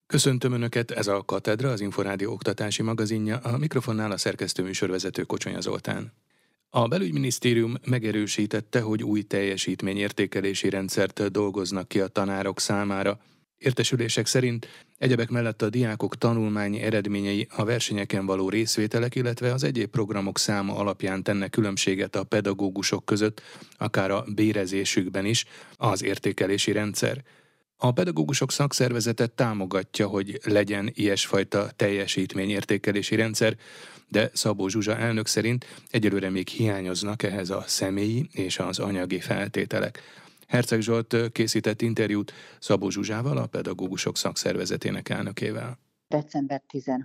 Köszöntöm Önöket, ez a Katedra, az Inforádió oktatási magazinja, a mikrofonnál a szerkesztő műsorvezető Kocsonya Zoltán. A belügyminisztérium megerősítette, hogy új teljesítményértékelési rendszert dolgoznak ki a tanárok számára. Értesülések szerint egyebek mellett a diákok tanulmányi eredményei, a versenyeken való részvételek, illetve az egyéb programok száma alapján tenne különbséget a pedagógusok között, akár a bérezésükben is, az értékelési rendszer. A pedagógusok szakszervezete támogatja, hogy legyen ilyesfajta teljesítményértékelési rendszer, de Szabó Zsuzsa elnök szerint egyelőre még hiányoznak ehhez a személyi és az anyagi feltételek. Herceg Zsolt készített interjút Szabó Zsuzsával, a pedagógusok szakszervezetének elnökével. December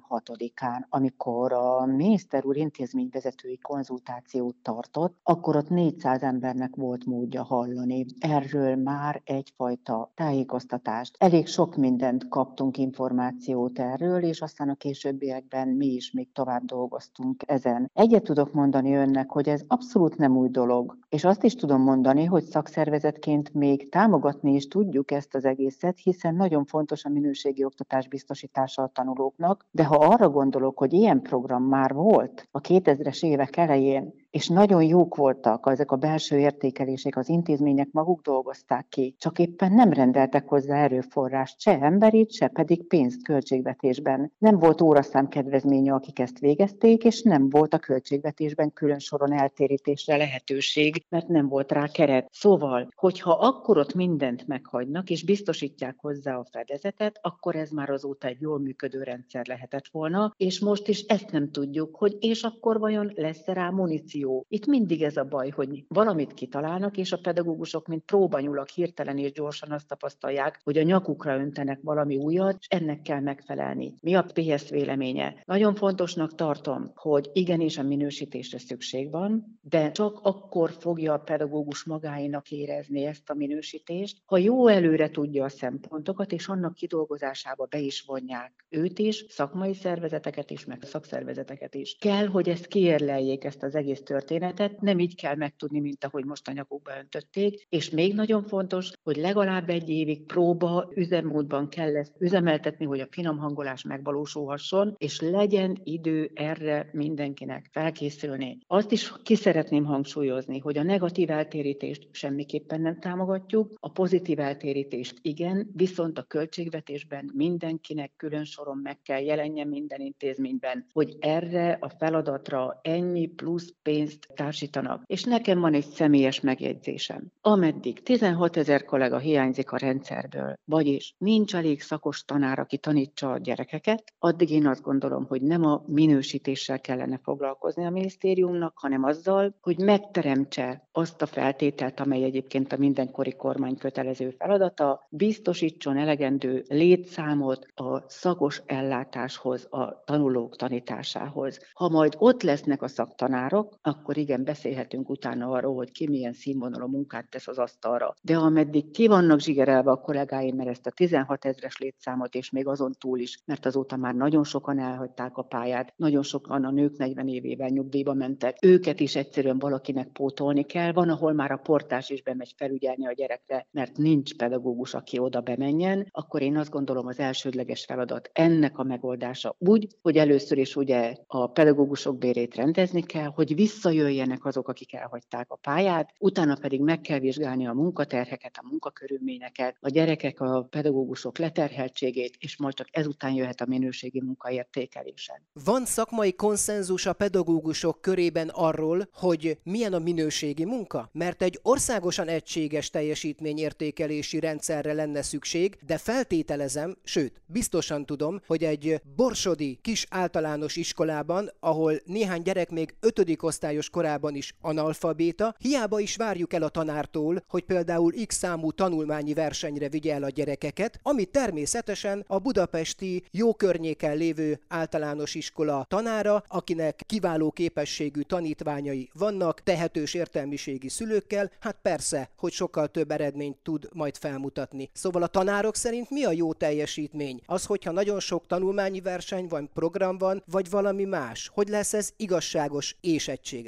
16-án, amikor a miniszter úr intézményvezetői konzultációt tartott, akkor ott 400 embernek volt módja hallani. Erről már egyfajta tájékoztatást. Elég sok mindent kaptunk, információt erről, és aztán a későbbiekben mi is még tovább dolgoztunk ezen. Egyet tudok mondani önnek, hogy ez abszolút nem új dolog. És azt is tudom mondani, hogy szakszervezetként még támogatni is tudjuk ezt az egészet, hiszen nagyon fontos a minőségi oktatás biztosítása tanulóknak, de ha arra gondolok, hogy ilyen program már volt a 2000-es évek elején, és nagyon jók voltak ezek a belső értékelések, az intézmények maguk dolgozták ki, csak éppen nem rendeltek hozzá erőforrást, se emberit, se pedig pénzt költségvetésben. Nem volt óraszám kedvezménye, akik ezt végezték, és nem volt a költségvetésben külön soron eltérítésre lehetőség, mert nem volt rá keret. Szóval, hogyha akkor ott mindent meghagynak, és biztosítják hozzá a fedezetet, akkor ez már azóta egy jól működő rendszer lehetett volna, és most is ezt nem tudjuk, hogy és akkor vajon lesz rá muníció. Itt mindig ez a baj, hogy valamit kitalálnak, és a pedagógusok, mint próbanyulak hirtelen és gyorsan azt tapasztalják, hogy a nyakukra öntenek valami újat, és ennek kell megfelelni. Mi a PS véleménye? Nagyon fontosnak tartom, hogy igenis a minősítésre szükség van, de csak akkor fogja a pedagógus magáénak érezni ezt a minősítést, ha jó előre tudja a szempontokat, és annak kidolgozásába be is vonják őt is, szakmai szervezeteket is, meg szakszervezeteket is. Kell, hogy ezt kiérleljék, ezt az egész történetet, nem így kell megtudni, mint ahogy most a nyakukba öntötték, és még nagyon fontos, hogy legalább egy évig próba üzemmódban kell ezt üzemeltetni, hogy a finom hangolás megvalósulhasson, és legyen idő erre mindenkinek felkészülni. Azt is ki szeretném hangsúlyozni, hogy a negatív eltérítést semmiképpen nem támogatjuk, a pozitív eltérítést igen, viszont a költségvetésben mindenkinek külön soron meg kell jelenjen minden intézményben, hogy erre a feladatra ennyi plusz pénzt társítanak. És nekem van egy személyes megjegyzésem. Ameddig 16 000 kollega hiányzik a rendszerből, vagyis nincs elég szakos tanár, aki tanítsa a gyerekeket, addig én azt gondolom, hogy nem a minősítéssel kellene foglalkozni a minisztériumnak, hanem azzal, hogy megteremtse azt a feltételt, amely egyébként a mindenkori kormány kötelező feladata, biztosítson elegendő létszámot a szakos ellátáshoz, a tanulók tanításához. Ha majd ott lesznek a szaktanárok, akkor igen, beszélhetünk utána arról, hogy ki milyen színvonalú munkát tesz az asztalra. De ameddig ki vannak zsigerelve a kollégáim, mert ezt a 16 000-es létszámot, és még azon túl is, mert azóta már nagyon sokan elhagyták a pályát, nagyon sokan a nők 40 évével nyugdíjba mentek, őket is egyszerűen valakinek pótolni kell. Van, ahol már a portás is bemegy felügyelni a gyerekre, mert nincs pedagógus, aki oda bemenjen, akkor én azt gondolom, az elsődleges feladat ennek a megoldása úgy, hogy először is ugye a pedagógusok bérét rendezni kell, hogy visszajöjjenek azok, akik elhagyták a pályát, utána pedig meg kell vizsgálni a munkaterheket, a munkakörülményeket, a gyerekek, a pedagógusok leterheltségét, és majd csak ezután jöhet a minőségi munkaértékelése. Van szakmai konszenzus a pedagógusok körében arról, hogy milyen a minőségi munka? Mert egy országosan egységes teljesítményértékelési rendszerre lenne szükség, de feltételezem, sőt, biztosan tudom, hogy egy borsodi kis általános iskolában, ahol néhány gyerek még 5. osztályos korában is analfabéta, hiába is várjuk el a tanártól, hogy például X számú tanulmányi versenyre vigye el a gyerekeket, ami természetesen a budapesti jó környéken lévő általános iskola tanára, akinek kiváló képességű tanítványai vannak, tehetős értelmiségi szülőkkel, hát persze, hogy sokkal több eredményt tud majd felmutatni. Szóval a tanárok szerint mi a jó teljesítmény? Az, hogyha nagyon sok tanulmányi verseny van, program van, vagy valami más? Hogy lesz ez igazságos és egységes?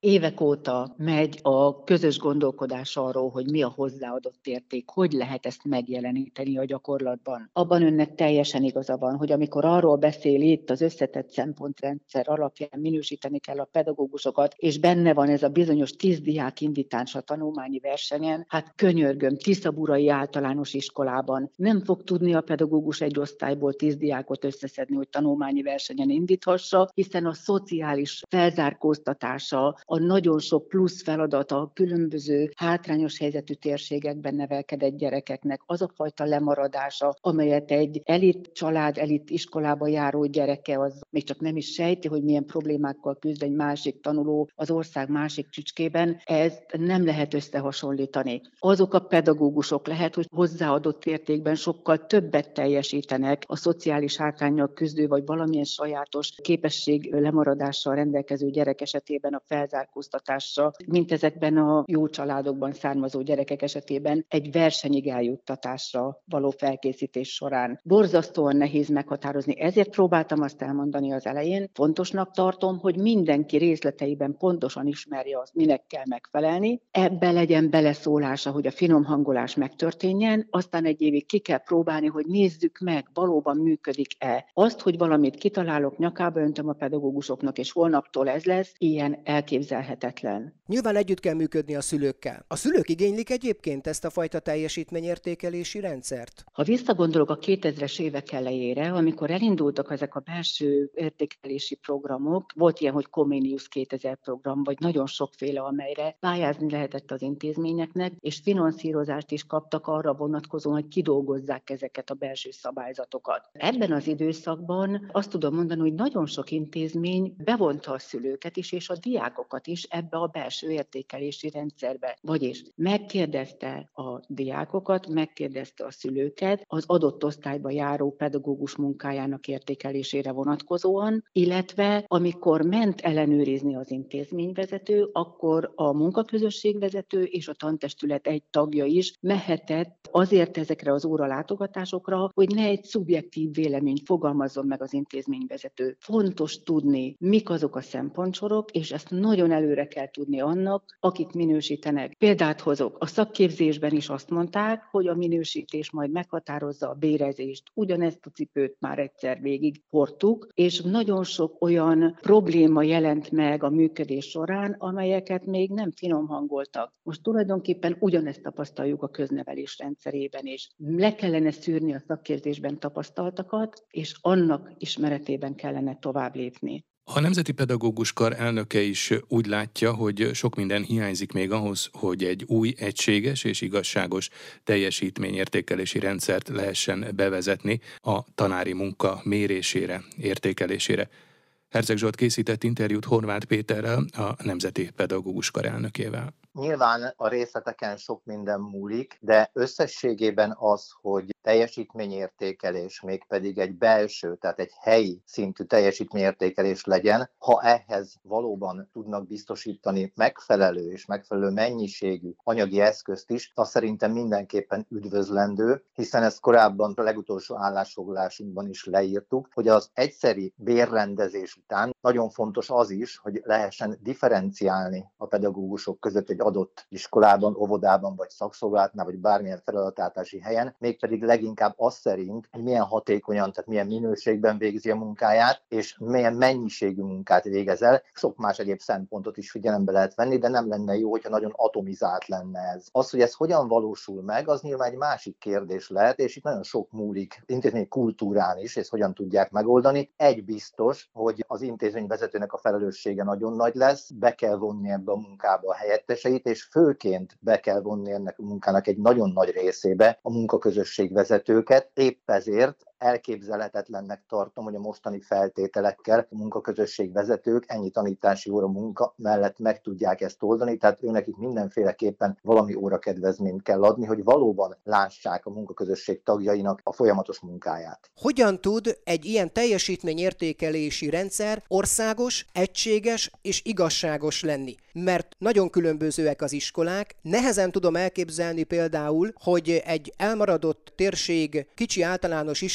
Évek óta megy a közös gondolkodás arról, hogy mi a hozzáadott érték, hogy lehet ezt megjeleníteni a gyakorlatban. Abban önnek teljesen igaza van, hogy amikor arról beszél itt az összetett szempontrendszer alapján minősíteni kell a pedagógusokat, és benne van ez a bizonyos 10 diák indítás a tanulmányi versenyen, hát könyörgöm, Tiszaburai általános iskolában nem fog tudni a pedagógus egy osztályból 10 diákot összeszedni, hogy tanulmányi versenyen indíthassa, hiszen a szociális felzárkóztatása, a nagyon sok plusz feladata a különböző hátrányos helyzetű térségekben nevelkedett gyerekeknek, az a fajta lemaradása, amelyet egy elit család, elit iskolába járó gyereke az még csak nem is sejti, hogy milyen problémákkal küzd egy másik tanuló az ország másik csücskében, ezt nem lehet összehasonlítani. Azok a pedagógusok lehet, hogy hozzáadott értékben sokkal többet teljesítenek a szociális hátránnyal küzdő vagy valamilyen sajátos képesség lemaradással rendelkező gyerek esetében a felzárkóztatásra, mint ezekben a jó családokban származó gyerekek esetében egy versenyig eljuttatásra való felkészítés során. Borzasztóan nehéz meghatározni, ezért próbáltam azt elmondani az elején. Fontosnak tartom, hogy mindenki részleteiben pontosan ismerje azt, minek kell megfelelni. Ebbe legyen beleszólása, hogy a finom hangolás megtörténjen, aztán egy évig ki kell próbálni, hogy nézzük meg, valóban működik-e. Azt, hogy valamit kitalálok, nyakába öntöm a pedagógusoknak, és holnaptól ez lesz, ilyen elképzelhetetlen. Nyilván együtt kell működni a szülőkkel. A szülők igénylik egyébként ezt a fajta teljesítményértékelési rendszert? Ha visszagondolok a 2000-es évek elejére, amikor elindultak ezek a belső értékelési programok, volt ilyen, hogy Comenius 2000 program, vagy nagyon sokféle, amelyre pályázni lehetett az intézményeknek, és finanszírozást is kaptak arra vonatkozóan, hogy kidolgozzák ezeket a belső szabályzatokat. Ebben az időszakban azt tudom mondani, hogy nagyon sok intézmény bevonta a szülőket is, és a diákokat is ebbe a belső értékelési rendszerbe. Vagyis megkérdezte a diákokat, megkérdezte a szülőket az adott osztályba járó pedagógus munkájának értékelésére vonatkozóan, illetve amikor ment ellenőrizni az intézményvezető, akkor a munkaközösségvezető és a tantestület egy tagja is mehetett azért ezekre az óralátogatásokra, hogy ne egy szubjektív véleményt fogalmazzon meg az intézményvezető. Fontos tudni, mik azok a szempontsorok, és ezt nagyon előre kell tudni annak, akik minősítenek. Példát hozok, a szakképzésben is azt mondták, hogy a minősítés majd meghatározza a bérezést. Ugyanezt a cipőt már egyszer végig hordtuk, és nagyon sok olyan probléma jelent meg a működés során, amelyeket még nem finom hangoltak. Most tulajdonképpen ugyanezt tapasztaljuk a köznevelés rendszerében is. Le kellene szűrni a szakképzésben tapasztaltakat, és annak ismeretében kellene tovább lépni. A Nemzeti Pedagógus Kar elnöke is úgy látja, hogy sok minden hiányzik még ahhoz, hogy egy új, egységes és igazságos teljesítményértékelési rendszert lehessen bevezetni a tanári munka mérésére, értékelésére. Herceg Zsolt készített interjút Horváth Péterrel, a Nemzeti Pedagógus Kar elnökével. Nyilván a részleteken sok minden múlik, de összességében az, hogy teljesítményértékelés, mégpedig egy belső, tehát egy helyi szintű teljesítményértékelés legyen, ha ehhez valóban tudnak biztosítani megfelelő és megfelelő mennyiségű anyagi eszközt is, az szerintem mindenképpen üdvözlendő, hiszen ezt korábban a legutolsó állásfoglalásunkban is leírtuk, hogy az egyszeri bérrendezés után nagyon fontos az is, hogy lehessen differenciálni a pedagógusok között egy adott iskolában, óvodában, vagy szakszolgálatnál, vagy bármilyen feladatáltási helyen, mégpedig leginkább az szerint, hogy milyen hatékonyan, tehát milyen minőségben végzi a munkáját, és milyen mennyiségű munkát végez el. Sok más egyéb szempontot is figyelembe lehet venni, de nem lenne jó, hogyha nagyon atomizált lenne ez. Az, hogy ez hogyan valósul meg, az nyilván egy másik kérdés lehet, és itt nagyon sok múlik intézmény kultúrán is, és hogyan tudják megoldani. Egy biztos, hogy az intézményvezetőnek a felelőssége nagyon nagy lesz, be kell vonni ebbe a munkába a helyetteseit, és főként be kell vonni ennek a munkának egy nagyon nagy részébe a munkaközösségvezetőket. Épp ezért elképzelhetetlennek tartom, hogy a mostani feltételekkel a munkaközösségvezetők ennyi tanítási óra munka mellett meg tudják ezt oldani, tehát őnekik mindenféleképpen valami órakedvezményt kell adni, hogy valóban lássák a munkaközösség tagjainak a folyamatos munkáját. Hogyan tud egy ilyen teljesítményértékelési rendszer országos, egységes és igazságos lenni? Mert nagyon különbözőek az iskolák, nehezen tudom elképzelni például, hogy egy elmaradott térség kicsi általános iskola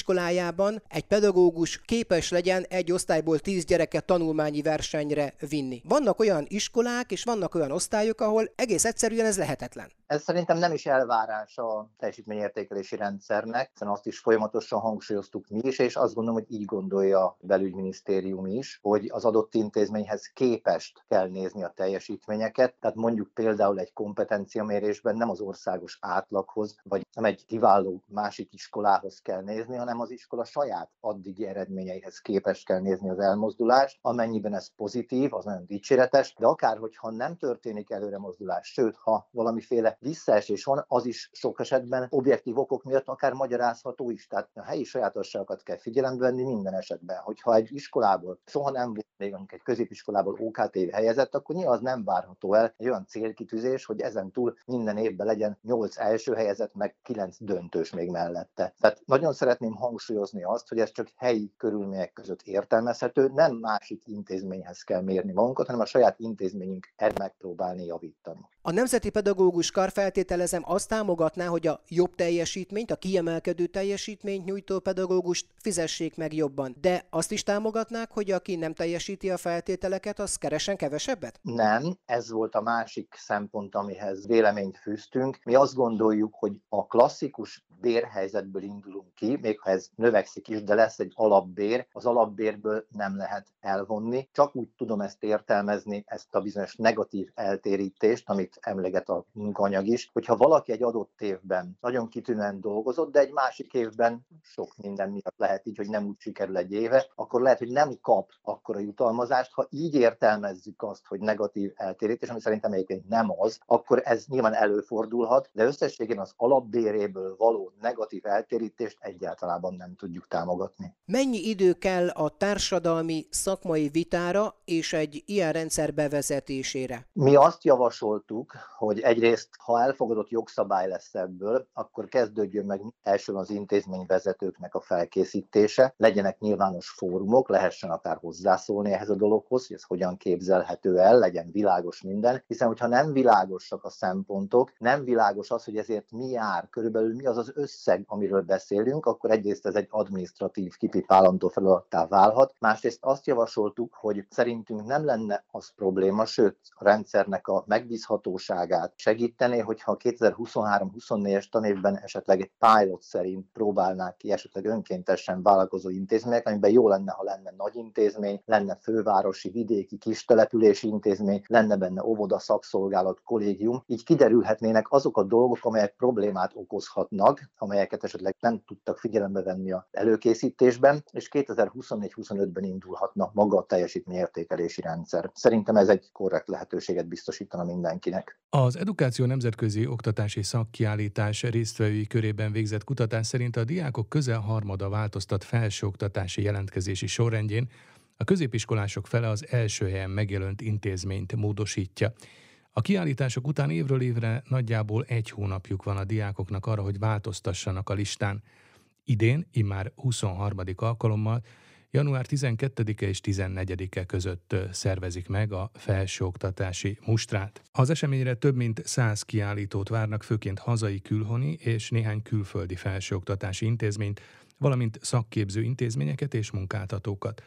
iskolájában egy pedagógus képes legyen egy osztályból 10 gyereket tanulmányi versenyre vinni. Vannak olyan iskolák és vannak olyan osztályok, ahol egész egyszerűen ez lehetetlen. Ez szerintem nem is elvárás a teljesítményértékelési rendszernek, hiszen azt is folyamatosan hangsúlyoztuk mi is, és azt gondolom, hogy így gondolja a belügyminisztérium is, hogy az adott intézményhez képest kell nézni a teljesítményeket. Tehát mondjuk például egy kompetenciamérésben nem az országos átlaghoz, vagy nem egy kiváló másik iskolához kell nézni, hanem az iskola saját addigi eredményeihez képest kell nézni az elmozdulást. Amennyiben ez pozitív, az nagyon dicséretes, de akár hogyha nem történik előre mozdulás, sőt, ha valamiféle visszaesés van, az is sok esetben objektív okok miatt akár magyarázható is. Tehát a helyi sajátosságokat kell figyelembe venni minden esetben. Hogyha egy iskolából soha nem volt még egy középiskolából OKT helyezett, akkor nyilván az nem várható el egy olyan célkitűzés, hogy ezen túl minden évben legyen 8 első helyezett, meg 9 döntős még mellette. Tehát nagyon szeretném hangsúlyozni azt, hogy ez csak helyi körülmények között értelmezhető, nem másik intézményhez kell mérni magunkat, hanem a saját intézményünk megpróbálni javítani. A Nemzeti Pedagógus Kar, feltételezem, azt támogatná, hogy a jobb teljesítményt, a kiemelkedő teljesítményt nyújtó pedagógust fizessék meg jobban. De azt is támogatnák, hogy aki nem teljesíti a feltételeket, az keressen kevesebbet? Nem, ez volt a másik szempont, amihez véleményt fűztünk. Mi azt gondoljuk, hogy a klasszikus bérhelyzetből indulunk ki, még ha ez növekszik is, de lesz egy alapbér, az alapbérből nem lehet elvonni. Csak úgy tudom ezt értelmezni, ezt a bizonyos negatív eltérítést, amit emleget a munkaanyag is, hogyha valaki egy adott évben nagyon kitűnően dolgozott, de egy másik évben sok minden miatt lehet így, hogy nem úgy sikerül egy éve, akkor lehet, hogy nem kap akkora jutalmazást. Ha így értelmezzük azt, hogy negatív eltérítés, ami szerintem egyébként nem az, akkor ez nyilván előfordulhat, de összességében az alapbéréből való negatív eltérítést egyáltalán nem tudjuk támogatni. Mennyi idő kell a társadalmi, szakmai vitára és egy ilyen rendszer bevezetésére? Mi azt javasoltuk, hogy egyrészt, ha elfogadott jogszabály lesz ebből, akkor kezdődjön meg elsőn az intézményvezetőknek a felkészítése, legyenek nyilvános fórumok, lehessen akár hozzászólni ehhez a dologhoz, hogy ez hogyan képzelhető el, legyen világos minden, hiszen hogyha nem világosak a szempontok, nem világos az, hogy ezért mi jár, körülbelül mi az az összeg, amiről beszélünk, akkor egyrészt ez egy adminisztratív kipipálandó feladattá válhat, másrészt azt javasoltuk, hogy szerintünk nem lenne az probléma, sőt a rendszernek a megbízhatóságát segítené, hogyha a 2023-24-es tanévben esetleg egy pilot szerint próbálnák ki esetleg önkéntesen vállalkozó intézmények, amiben jó lenne, ha lenne nagy intézmény, lenne fővárosi, vidéki, kis települési intézmény, lenne benne óvoda, szakszolgálat, kollégium, így kiderülhetnének azok a dolgok, amelyek problémát okozhatnak, amelyeket esetleg nem tudtak figyelembe venni az előkészítésben, és 2024-25-ben indulhatna maga a teljesítményértékelési rendszer. Szerintem ez egy korrekt lehetőséget biztosítana mindenkinek. Az Edukáció Nemzetközi Oktatási Szakkiállítás résztvevői körében végzett kutatás szerint a diákok közel harmada változtat felsőoktatási jelentkezési sorrendjén, a középiskolások fele az első helyen megjelölt intézményt módosítja. A kiállítások után évről évre nagyjából 1 hónapjuk van a diákoknak arra, hogy változtassanak a listán. Idén, immár 23. alkalommal, január 12-e és 14-e között szervezik meg a felsőoktatási mustrát. Az eseményre több mint 100 kiállítót várnak, főként hazai, külhoni és néhány külföldi felsőoktatási intézményt, valamint szakképző intézményeket és munkáltatókat.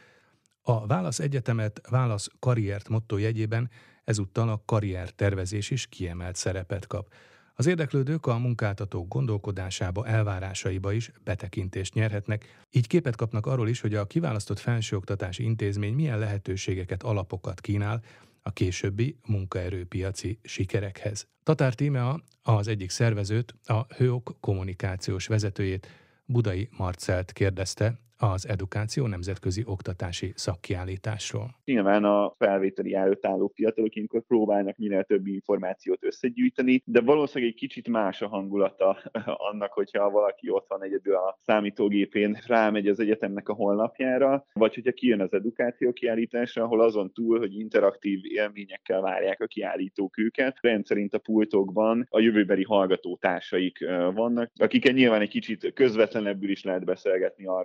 A Válasz Egyetemet, Válasz Karriert motto jegyében ezúttal a karriertervezés is kiemelt szerepet kap. Az érdeklődők a munkáltatók gondolkodásába, elvárásaiba is betekintést nyerhetnek, így képet kapnak arról is, hogy a kiválasztott felsőoktatási intézmény milyen lehetőségeket, alapokat kínál a későbbi munkaerőpiaci sikerekhez. Tatár Tímea, az egyik szervezőt, a HÖOK kommunikációs vezetőjét, Budai Marcelt kérdezte az Edukáció Nemzetközi Oktatási Szakkiállításról. Nyilván a felvételi előtt álló fiatalok ilyenkor próbálnak minél több információt összegyűjteni, de valószínűleg egy kicsit más a hangulata annak, hogyha valaki ott van egyedül a számítógépén, rámegy az egyetemnek a honlapjára, vagy hogyha kijön az edukáció kiállításra, ahol azon túl, hogy interaktív élményekkel várják a kiállítók őket, rendszerint a pultokban a jövőbeli hallgatótársaik vannak, akikkel nyilván egy kicsit közvetlenebbül is lehet beszélgetni arról, meg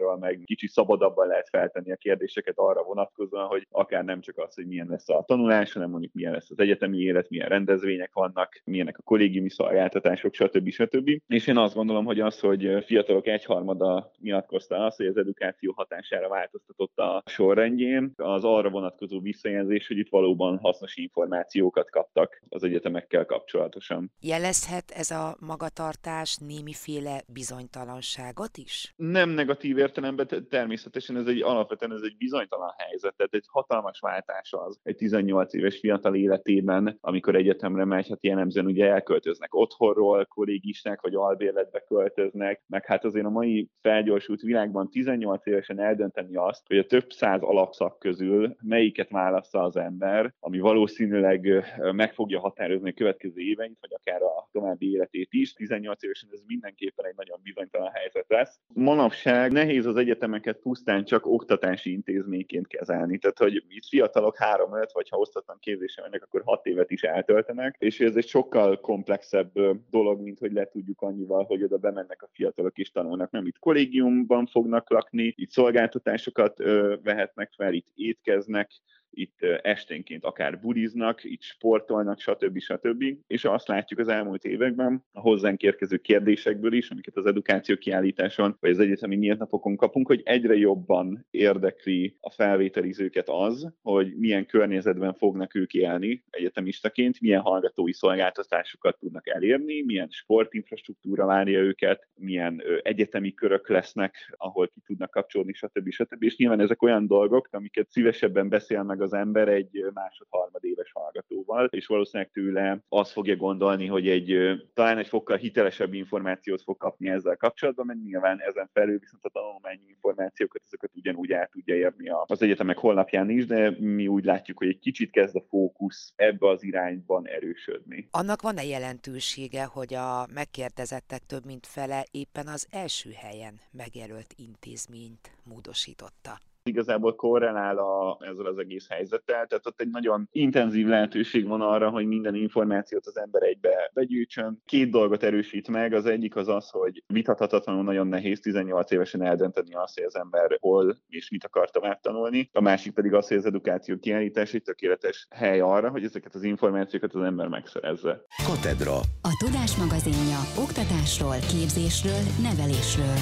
kicsit szabadabban lehet feltenni a kérdéseket arra vonatkozóan, hogy akár nem csak az, hogy milyen lesz a tanulás, hanem mondjuk milyen lesz az egyetemi élet, milyen rendezvények vannak, milyenek a kollégiumi szolgáltatások, stb. És én azt gondolom, hogy az, hogy fiatalok egyharmada nyilatkozta azt, hogy az edukáció hatására változtatott a sorrendjén, az arra vonatkozó visszajelzés, hogy itt valóban hasznos információkat kaptak az egyetemekkel kapcsolatosan. Jelezhet ez a magatartás némiféle bizonytalanságot is? Nem negatív értelemben, természetesen alapvetően ez egy bizonytalan helyzet, tehát egy hatalmas váltás az egy 18 éves fiatal életében, amikor egyetemre megy, hát jellemzően ugye elköltöznek otthonról, kollégisták vagy albérletbe költöznek, meg hát azért a mai felgyorsult világban 18 évesen eldönteni azt, hogy a több száz alapszak közül melyiket válassza az ember, ami valószínűleg meg fogja határozni a következő éveit, vagy akár a további életét is. 18 évesen ez mindenképpen egy nagyon bizonytalan helyzet lesz. Manapság nehéz az egyetemeket pusztán csak oktatási intézményként kezelni. Tehát, hogy itt fiatalok 3-5, vagy ha osztatlan képzésre mennek, akkor 6 évet is eltöltenek, és ez egy sokkal komplexebb dolog, mint hogy le tudjuk annyival, hogy oda bemennek a fiatalok és tanulnak. Nem itt kollégiumban fognak lakni, itt szolgáltatásokat vehetnek fel, itt étkeznek, itt esténként akár buliznak, itt sportolnak, stb. És azt látjuk az elmúlt években a hozzánk érkező kérdésekből is, amiket az edukáció kiállításon vagy az egyetemi nyílt napokon kapunk, hogy egyre jobban érdekli a felvételizőket az, hogy milyen környezetben fognak ők élni egyetemistaként, milyen hallgatói szolgáltatásokat tudnak elérni, milyen sportinfrastruktúra várja őket, milyen egyetemi körök lesznek, ahol ki tudnak kapcsolódni, stb. És nyilván ezek olyan dolgok, amiket szívesebben beszél meg az ember egy másod-harmadéves hallgatóval, és valószínűleg tőle azt fogja gondolni, hogy talán egy fokkal hitelesebb információt fog kapni ezzel kapcsolatban, mert nyilván ezen felül viszont a tanulmányi információkat, ezeket ugyanúgy el tudja érni az egyetemek honlapján is, de mi úgy látjuk, hogy egy kicsit kezd a fókusz ebbe az irányban erősödni. Annak van-e jelentősége, hogy a megkérdezettek több mint fele éppen az első helyen megjelölt intézményt módosította? Igazából korrelál ezzel az egész helyzettel, tehát ott egy nagyon intenzív lehetőség van arra, hogy minden információt az ember egybe begyűjtsön. 2 dolgot erősít meg, az egyik az, hogy vitathatatlanul nagyon nehéz 18 évesen eldönteni azt, hogy az ember hol és mit akar tovább tanulni. A másik pedig az, hogy az edukáció kiállítás egy tökéletes hely arra, hogy ezeket az információkat az ember megszerezze. Katedra. A Tudás magazinja oktatásról, képzésről, nevelésről.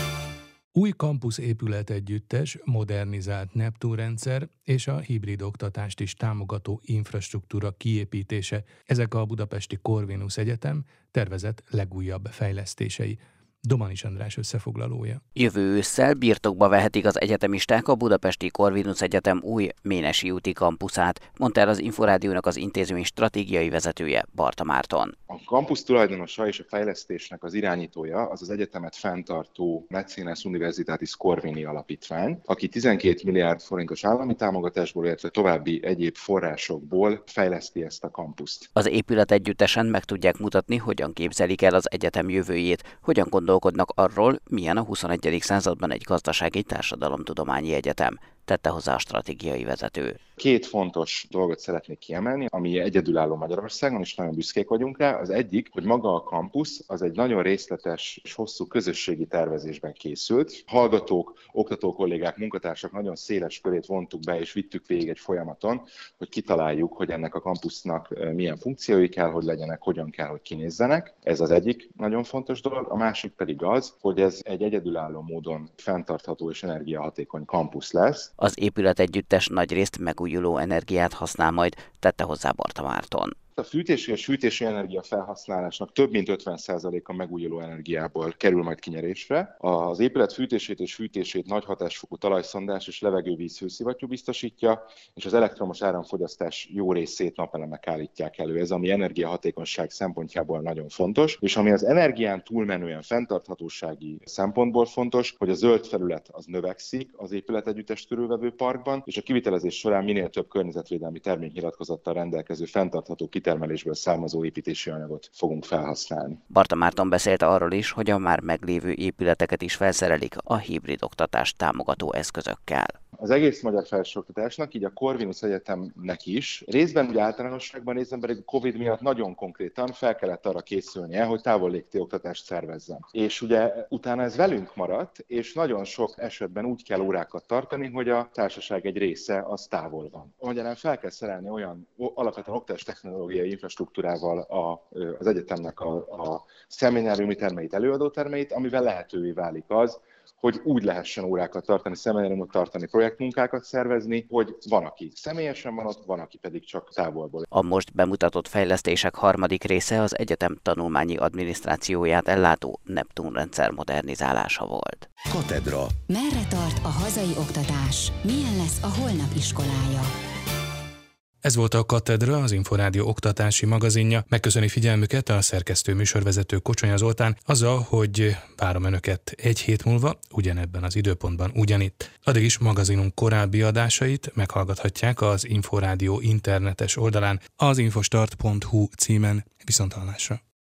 Új kampusz épület együttes, modernizált Neptun rendszer és a hibrid oktatást is támogató infrastruktúra kiépítése, ezek a budapesti Corvinus Egyetem tervezett legújabb fejlesztései. Domanis András összefoglalója. Jövő ősszel birtokba vehetik az egyetemisták a budapesti Corvinus Egyetem új Ménesi úti kampuszát, mondta el az Inforádiónak az intézmény stratégiai vezetője, Barta Márton. A kampusz tulajdonosa és a fejlesztésnek az irányítója az az egyetemet fenntartó Mecenas Universitatis Corvini alapítvány, aki 12 milliárd forintos állami támogatásból, illetve további egyéb forrásokból fejleszti ezt a kampuszt. Az épület együttesen meg tudják mutatni, hogyan képzelik el az egyetem jövőjét, hogyan gondolkodnak arról, milyen a 21. században egy gazdasági társadalomtudományi egyetem, tette hozzá a stratégiai vezető. 2 fontos dolgot szeretnék kiemelni, ami egyedülálló Magyarországon, és nagyon büszkék vagyunk rá. Az egyik, hogy maga a kampusz az egy nagyon részletes és hosszú közösségi tervezésben készült. Hallgatók, oktató kollégák, munkatársak nagyon széles körét vontuk be, és vittük végig egy folyamaton, hogy kitaláljuk, hogy ennek a kampusznak milyen funkciói kell, hogy legyenek, hogyan kell, hogy kinézzenek. Ez az egyik nagyon fontos dolog. A másik pedig az, hogy ez egy egyedülálló módon fenntartható és energiahatékony kampusz lesz. Az épület együttes nagyrészt megújuló energiát használ majd, tette hozzá Barta Márton. A fűtési és fűtési energia felhasználásnak több mint 50%-a megújuló energiából kerül majd kinyerésre. Az épület fűtését és fűtését nagy hatásfokú talajszondás és levegővíz hőszivattyú biztosítja, és az elektromos áramfogyasztás jó részét napelemek állítják elő. Ez, ami energiahatékonyság szempontjából nagyon fontos, és ami az energián túlmenően fenntarthatósági szempontból fontos, hogy a zöld felület az növekszik az épület együttes körülvevő parkban, és a kivitelezés során minél több környezetvédelmi terméknyilatkozattal rendelkező fenntartható kitermelésből származó építési anyagot fogunk felhasználni. Barta Márton beszélt arról is, hogy a már meglévő épületeket is felszerelik a hibrid oktatást támogató eszközökkel. az egész magyar felsőoktatásnak, így a Corvinus Egyetemnek is, részben ugye általánosságban, részben pedig a Covid miatt nagyon konkrétan fel kellett arra készülnie, hogy távollégti oktatást szervezzen. És ugye utána ez velünk maradt, és nagyon sok esetben úgy kell órákat tartani, hogy a társaság egy része az távol van. Magyarán fel kell szerelni olyan alapvetően oktatás technológiai infrastruktúrával az egyetemnek a szemináriumi termeit, előadótermeit, amivel lehetővé válik az, hogy úgy lehessen órákat tartani, szemináriumot tartani, projektmunkákat szervezni, hogy van, aki személyesen van ott, van, aki pedig csak távolból. A most bemutatott fejlesztések harmadik része az egyetem tanulmányi adminisztrációját ellátó Neptun rendszer modernizálása volt. Katedra. Merre tart a hazai oktatás? Milyen lesz a holnap iskolája? Ez volt a Katedra, az Inforádió oktatási magazinja. Megköszöni figyelmüket a szerkesztő műsorvezető Kocsonya Zoltán azzal, hogy várom önöket egy hét múlva, ugyanebben az időpontban ugyanitt. Addig is magazinunk korábbi adásait meghallgathatják az Inforádió internetes oldalán, az infostart.hu címen. Viszonthallásra!